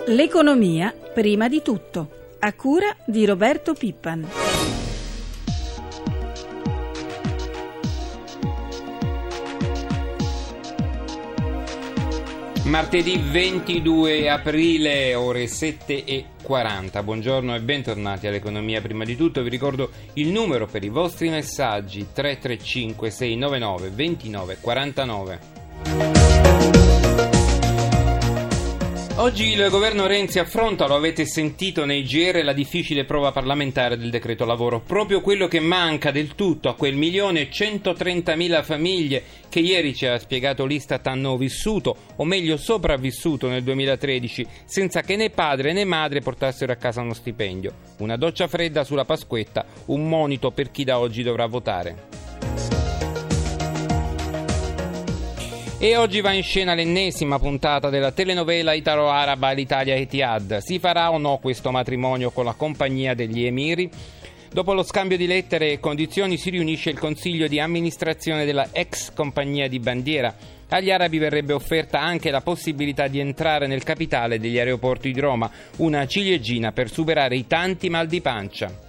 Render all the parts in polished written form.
L'economia prima di tutto, a cura di Roberto Pippan. Martedì 22 aprile, ore 7:40. Buongiorno e bentornati all'Economia prima di tutto. Vi ricordo il numero per i vostri messaggi: 335 699 2949. Oggi il governo Renzi affronta, lo avete sentito nei GR, la difficile prova parlamentare del decreto lavoro. Proprio quello che manca del tutto a quel 1.130.000 famiglie che ieri, ci ha spiegato l'Istat, hanno vissuto, o meglio sopravvissuto nel 2013, senza che né padre né madre portassero a casa uno stipendio. Una doccia fredda sulla Pasquetta, un monito per chi da oggi dovrà votare. E oggi va in scena l'ennesima puntata della telenovela italo-araba L'Italia Etihad. Si farà o no questo matrimonio con la Compagnia degli Emiri? Dopo lo scambio di lettere e condizioni si riunisce il consiglio di amministrazione della ex compagnia di bandiera. Agli arabi verrebbe offerta anche la possibilità di entrare nel capitale degli aeroporti di Roma, una ciliegina per superare i tanti mal di pancia.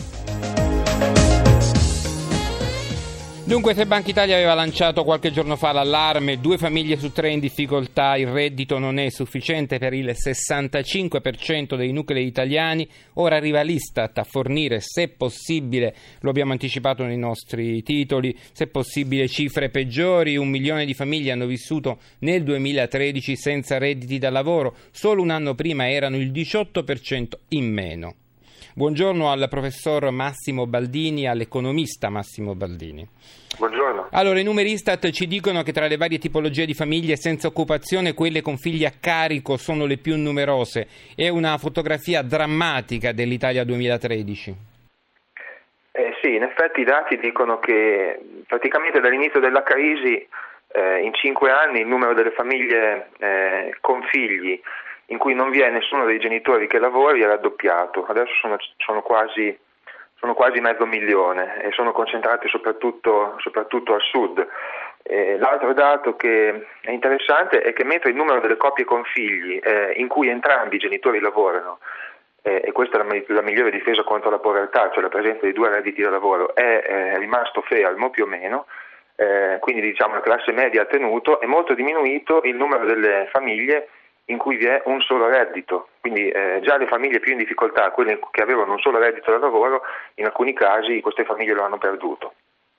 Dunque, se Banca Italia aveva lanciato qualche giorno fa l'allarme, 2 famiglie su 3 in difficoltà, il reddito non è sufficiente per il 65% dei nuclei italiani, ora arriva l'Istat a fornire, se possibile, lo abbiamo anticipato nei nostri titoli, se possibile cifre peggiori. 1 milione di famiglie hanno vissuto nel 2013 senza redditi da lavoro, solo un anno prima erano il 18% in meno. Buongiorno al professor Massimo Baldini, all'economista Massimo Baldini. Buongiorno. Allora, i numeri Istat ci dicono che tra le varie tipologie di famiglie senza occupazione, quelle con figli a carico sono le più numerose. È una fotografia drammatica dell'Italia 2013. Sì, in effetti i dati dicono che praticamente dall'inizio della crisi, in 5 anni, il numero delle famiglie con figli in cui non vi è nessuno dei genitori che lavori è raddoppiato. Adesso sono quasi 500.000 e sono concentrati soprattutto al sud. L'altro dato che è interessante è che mentre il numero delle coppie con figli in cui entrambi i genitori lavorano, e questa è la migliore difesa contro la povertà, cioè la presenza di 2 redditi da lavoro, è rimasto fermo più o meno, quindi diciamo la classe media ha tenuto, è molto diminuito il numero delle famiglie in cui vi è un solo reddito, quindi già le famiglie più in difficoltà, quelle che avevano un solo reddito da lavoro, in alcuni casi queste famiglie lo hanno perduto.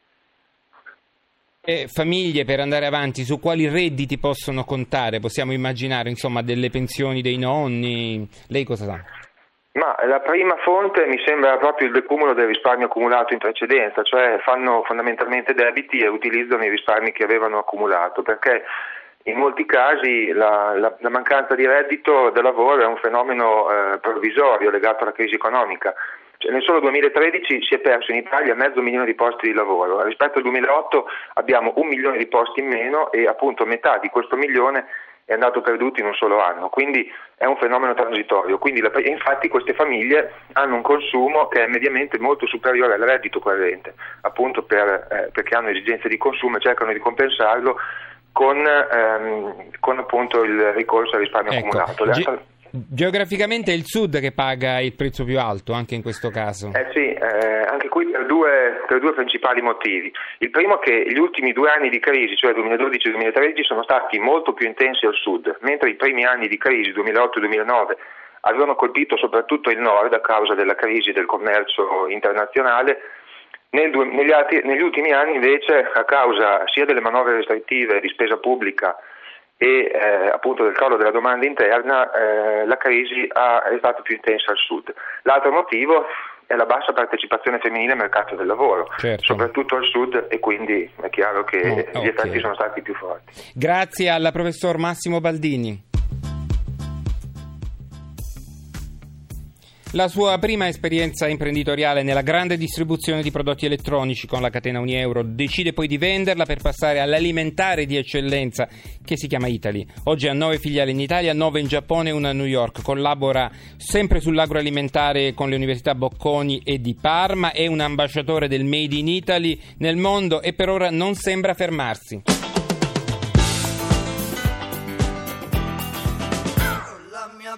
E famiglie, per andare avanti, su quali redditi possono contare? Possiamo immaginare, insomma, delle pensioni dei nonni? Lei cosa sa? Ma la prima fonte mi sembra proprio il decumulo del risparmio accumulato in precedenza, cioè fanno fondamentalmente debiti e utilizzano i risparmi che avevano accumulato, perché in molti casi la mancanza di reddito da lavoro è un fenomeno provvisorio legato alla crisi economica. Cioè, nel solo 2013 si è perso in Italia 500.000 di posti di lavoro, rispetto al 2008 abbiamo 1 milione di posti in meno e appunto metà di questo milione è andato perduto in un solo anno, quindi è un fenomeno transitorio. Quindi infatti queste famiglie hanno un consumo che è mediamente molto superiore al reddito corrente, appunto perché hanno esigenze di consumo e cercano di compensarlo con appunto il ricorso al risparmio accumulato. Geograficamente è il sud che paga il prezzo più alto anche in questo caso. Sì, anche qui per due principali motivi. Il primo è che gli ultimi 2 anni di crisi, cioè 2012 e 2013, sono stati molto più intensi al sud, mentre i primi anni di crisi, 2008 e 2009, avevano colpito soprattutto il nord a causa della crisi del commercio internazionale. Negli ultimi anni invece, a causa sia delle manovre restrittive di spesa pubblica e appunto del crollo della domanda interna, la crisi è stata più intensa al sud. L'altro motivo è la bassa partecipazione femminile al mercato del lavoro, certo, soprattutto al sud, e quindi è chiaro che gli effetti sono stati più forti. Grazie al professor Massimo Baldini. La sua prima esperienza imprenditoriale nella grande distribuzione di prodotti elettronici con la catena Unieuro, decide poi di venderla per passare all'alimentare di eccellenza che si chiama Italy. Oggi ha 9 filiali in Italia, 9 in Giappone e 1 a New York. Collabora sempre sull'agroalimentare con le università Bocconi e di Parma, è un ambasciatore del Made in Italy nel mondo e per ora non sembra fermarsi. La mia banda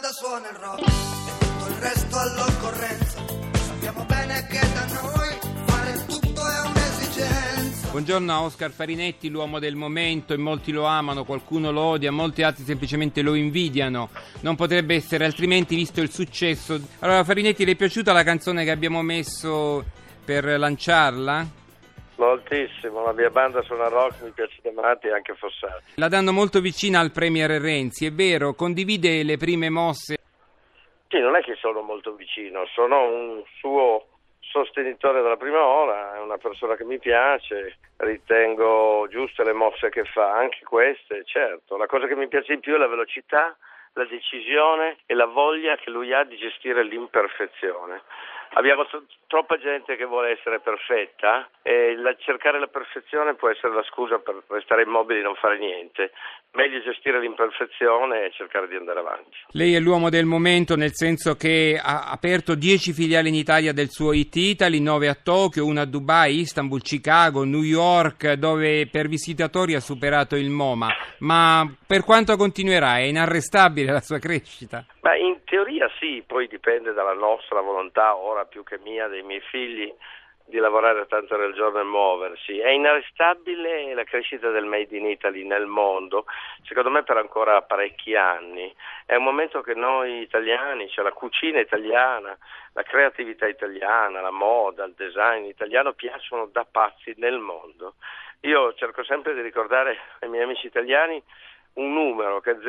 volta suona il rock e tutto il resto all'occorrenza. Sappiamo bene che da noi fare tutto è un'esigenza. Buongiorno a Oscar Farinetti, l'uomo del momento, in molti lo amano, qualcuno lo odia, molti altri semplicemente lo invidiano. Non potrebbe essere altrimenti visto il successo. Allora Farinetti, le è piaciuta la canzone che abbiamo messo per lanciarla? Moltissimo, la mia banda suona rock, mi piace da matti e anche Fossati. La danno molto vicina al premier Renzi, è vero? Condivide le prime mosse? Sì, non è che sono molto vicino, sono un suo sostenitore dalla prima ora, è una persona che mi piace, ritengo giuste le mosse che fa, anche queste, certo. La cosa che mi piace di più è la velocità, la decisione e la voglia che lui ha di gestire l'imperfezione. Abbiamo troppa gente che vuole essere perfetta e cercare la perfezione può essere la scusa per restare immobili e non fare niente. Meglio gestire l'imperfezione e cercare di andare avanti. Lei è l'uomo del momento, nel senso che ha aperto 10 filiali in Italia del suo IT Italy, 9 a Tokyo, 1 a Dubai, Istanbul, Chicago, New York, dove per visitatori ha superato il MoMA. Ma per quanto continuerà? È inarrestabile la sua crescita? Beh, in teoria sì, poi dipende dalla nostra volontà, ora più che mia, dei miei figli, di lavorare tanto nel giorno e muoversi. È inarrestabile la crescita del Made in Italy nel mondo, secondo me per ancora parecchi anni. È un momento che noi italiani, cioè la cucina italiana, la creatività italiana, la moda, il design italiano piacciono da pazzi nel mondo. Io cerco sempre di ricordare ai miei amici italiani un numero che è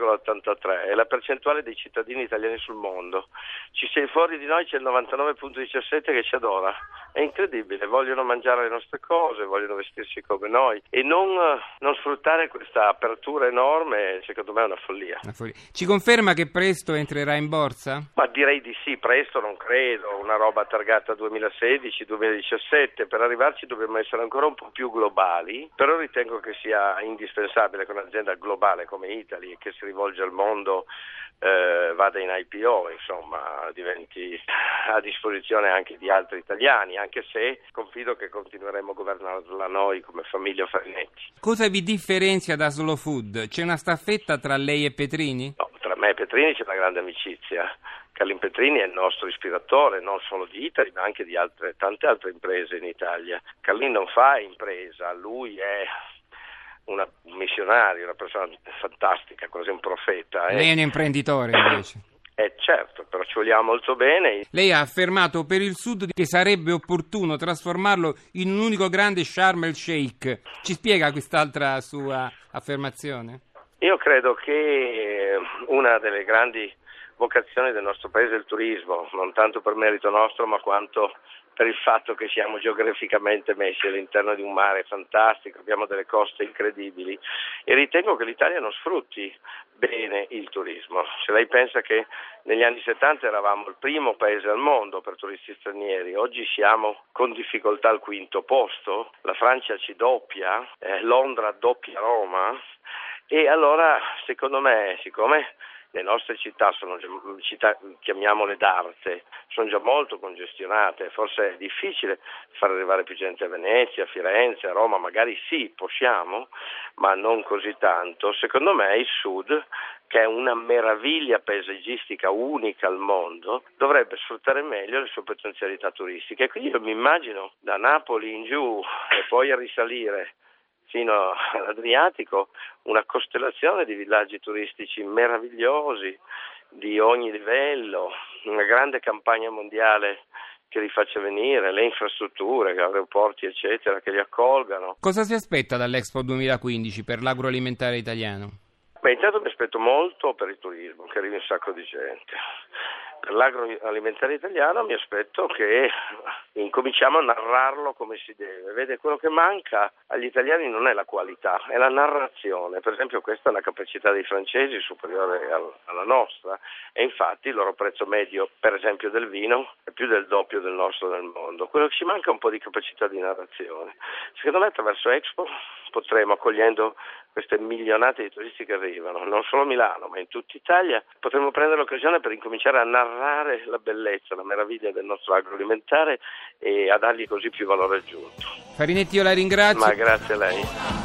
0,83, è la percentuale dei cittadini italiani sul mondo. Fuori di noi c'è il 99,17 che ci adora. È incredibile, vogliono mangiare le nostre cose, vogliono vestirsi come noi e non sfruttare questa apertura enorme, secondo me è una follia. Ci conferma che presto entrerà in borsa? Ma direi di sì, presto non credo, una roba targata 2016-2017, per arrivarci dobbiamo essere ancora un po' più globali, però ritengo che sia indispensabile che un'azienda globale come Italy, che si rivolge al mondo, vada in IPO, insomma, diventi a disposizione anche di altri italiani, anche se confido che continueremo a governarla noi come famiglia Farinetti. Cosa vi differenzia da Slow Food? C'è una staffetta tra lei e Petrini? No, tra me e Petrini c'è una grande amicizia. Carlin Petrini è il nostro ispiratore, non solo di Italy, ma anche di tante altre imprese in Italia. Carlin non fa impresa, lui è un missionario, una persona fantastica, quasi un profeta. Lei è un imprenditore invece. Certo, però ci vogliamo molto bene. Lei ha affermato per il Sud che sarebbe opportuno trasformarlo in un unico grande Sharm el Sheikh. Ci spiega quest'altra sua affermazione? Io credo che una delle grandi vocazioni del nostro paese è il turismo, non tanto per merito nostro, ma quanto per il fatto che siamo geograficamente messi all'interno di un mare fantastico, abbiamo delle coste incredibili e ritengo che l'Italia non sfrutti bene il turismo. Se lei pensa che negli anni 70 eravamo il primo paese al mondo per turisti stranieri, oggi siamo con difficoltà al quinto posto, la Francia ci doppia, Londra doppia Roma e allora secondo me, siccome le nostre città sono città, chiamiamole d'arte, sono già molto congestionate, forse è difficile far arrivare più gente a Venezia, a Firenze, a Roma, magari sì, possiamo, ma non così tanto. Secondo me il Sud, che è una meraviglia paesaggistica unica al mondo, dovrebbe sfruttare meglio le sue potenzialità turistiche. Quindi io mi immagino da Napoli in giù e poi a risalire fino all'Adriatico, una costellazione di villaggi turistici meravigliosi, di ogni livello, una grande campagna mondiale che li faccia venire, le infrastrutture, aeroporti eccetera, che li accolgano. Cosa si aspetta dall'Expo 2015 per l'agroalimentare italiano? Beh, intanto mi aspetto molto per il turismo, che arrivi un sacco di gente. Per l'agroalimentare italiano mi aspetto che incominciamo a narrarlo come si deve. Vede, quello che manca agli italiani non è la qualità, è la narrazione. Per esempio questa è una capacità dei francesi superiore alla nostra e infatti il loro prezzo medio, per esempio del vino, è più del doppio del nostro nel mondo. Quello che ci manca è un po' di capacità di narrazione. Secondo me attraverso Expo potremo, accogliendo queste milionate di turisti che arrivano, non solo a Milano ma in tutta Italia, potremo prendere l'occasione per incominciare a narrare la bellezza, la meraviglia del nostro agroalimentare e a dargli così più valore aggiunto. Farinetti, io la ringrazio. Ma grazie a lei.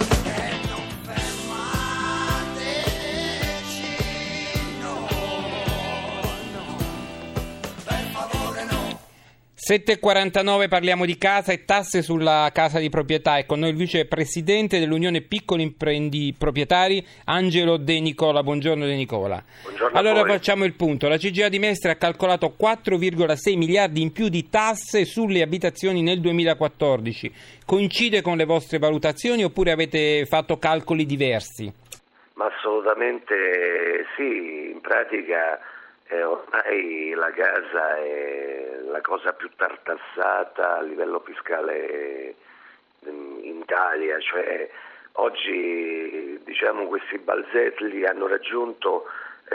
7.49 parliamo di casa e tasse sulla casa di proprietà. È con noi il vicepresidente dell'Unione Piccoli Proprietari, Angelo De Nicola. Buongiorno De Nicola. Buongiorno. Allora facciamo il punto. La CGIA di Mestre ha calcolato 4,6 miliardi in più di tasse sulle abitazioni nel 2014. Coincide con le vostre valutazioni oppure avete fatto calcoli diversi? Ma assolutamente sì, in pratica ormai la casa è la cosa più tartassata a livello fiscale in Italia, cioè oggi diciamo questi balzelli hanno raggiunto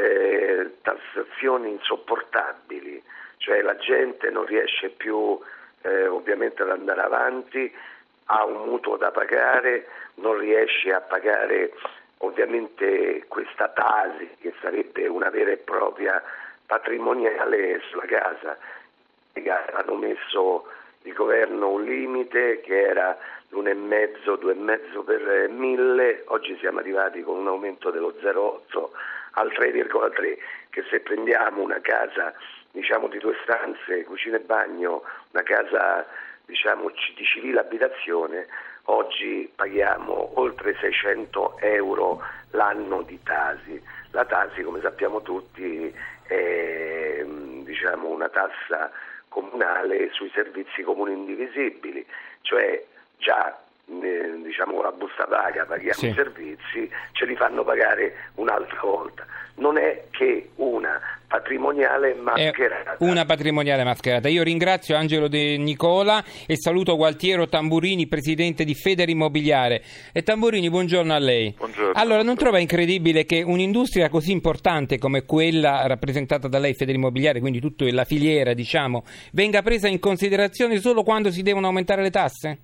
tassazioni insopportabili, cioè la gente non riesce più ovviamente ad andare avanti, ha un mutuo da pagare, non riesce a pagare ovviamente questa tasi che sarebbe una vera e propria patrimoniale sulla casa. Hanno messo il governo un limite che era l'1,5, 2,5 per 1000, oggi siamo arrivati con un aumento dello 0,8 al 3,3, che se prendiamo una casa diciamo di 2 stanze, cucina e bagno, una casa diciamo di civile abitazione, oggi paghiamo oltre 600 euro l'anno di tasi. La tasi, come sappiamo tutti, è diciamo una tassa comunale sui servizi comuni indivisibili, cioè già diciamo con la busta paga paghiamo i servizi, ce li fanno pagare un'altra volta. Non è che una patrimoniale mascherata. Una patrimoniale mascherata. Io ringrazio Angelo De Nicola e saluto Gualtiero Tamburini, presidente di Federimmobiliare. E Tamburini, buongiorno a lei. Buongiorno. Allora, non trova incredibile che un'industria così importante come quella rappresentata da lei, Federimmobiliare, quindi tutta la filiera, diciamo, venga presa in considerazione solo quando si devono aumentare le tasse?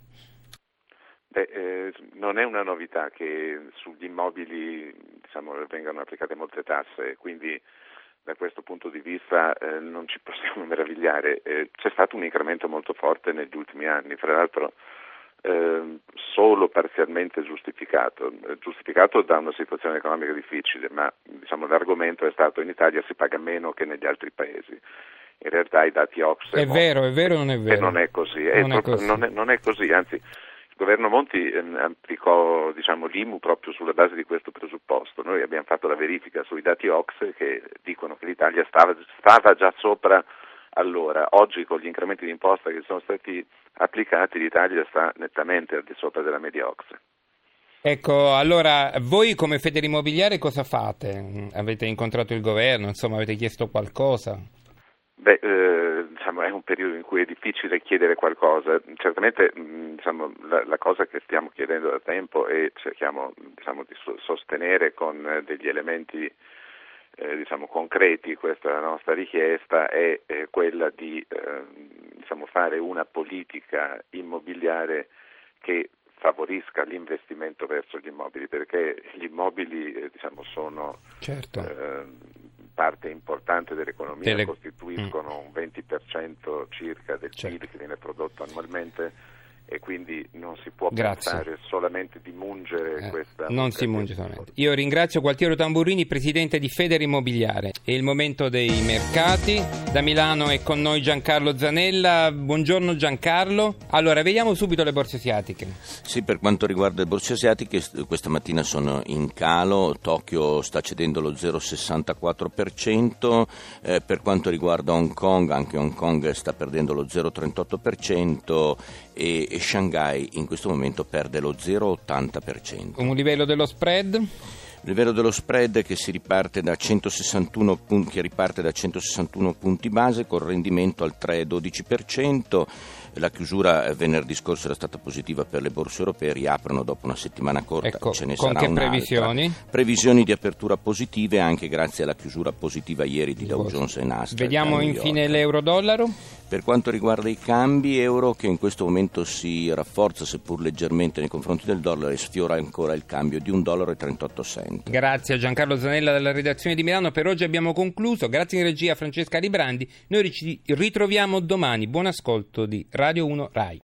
Non è una novità che sugli immobili vengano applicate molte tasse, quindi da questo punto di vista non ci possiamo meravigliare. C'è stato un incremento molto forte negli ultimi anni, fra l'altro solo parzialmente giustificato da una situazione economica difficile, ma l'argomento è stato: in Italia si paga meno che negli altri paesi. In realtà i dati OCSE è vero o non è vero? Non è così, non è così, anzi il governo Monti applicò l'IMU proprio sulla base di questo presupposto. Noi abbiamo fatto la verifica sui dati OCSE che dicono che l'Italia stava già sopra allora. Oggi con gli incrementi di imposta che sono stati applicati l'Italia sta nettamente al di sopra della media OCSE. Ecco, allora voi come Federimmobiliare cosa fate? Avete incontrato il governo, avete chiesto qualcosa? È un periodo in cui è difficile chiedere qualcosa. Certamente la cosa che stiamo chiedendo da tempo e cerchiamo di sostenere con degli elementi concreti questa nostra richiesta è quella di fare una politica immobiliare che favorisca l'investimento verso gli immobili, perché gli immobili sono parte importante dell'economia, costituiscono un 20% circa del PIL che viene prodotto annualmente, e quindi non si può pensare solamente di mungere questa. Non si munge solamente. Io ringrazio Gualtiero Tamburini, presidente di Federimmobiliare. È il momento dei mercati. Da Milano è con noi Giancarlo Zanella. Buongiorno Giancarlo. Allora, vediamo subito le borse asiatiche. Sì, per quanto riguarda le borse asiatiche, questa mattina sono in calo. Tokyo sta cedendo lo 0,64%. Per quanto riguarda Hong Kong, anche Hong Kong sta perdendo lo 0,38% e Shanghai in questo momento perde lo 0,80%. Un livello dello spread? Il livello dello spread che riparte da 161 punti base con rendimento al 3,12%. La chiusura venerdì scorso era stata positiva per le borse europee, riaprono dopo una settimana corta. Ce ne sarà che previsioni? Previsioni di apertura positive anche grazie alla chiusura positiva ieri di Dow Jones e Nasdaq. Vediamo infine l'euro-dollaro. Per quanto riguarda i cambi, euro che in questo momento si rafforza seppur leggermente nei confronti del dollaro e sfiora ancora il cambio di $1,38. Grazie a Giancarlo Zanella della redazione di Milano. Per oggi abbiamo concluso. Grazie in regia a Francesca Librandi. Noi ci ritroviamo domani. Buon ascolto di Radio 1 Rai.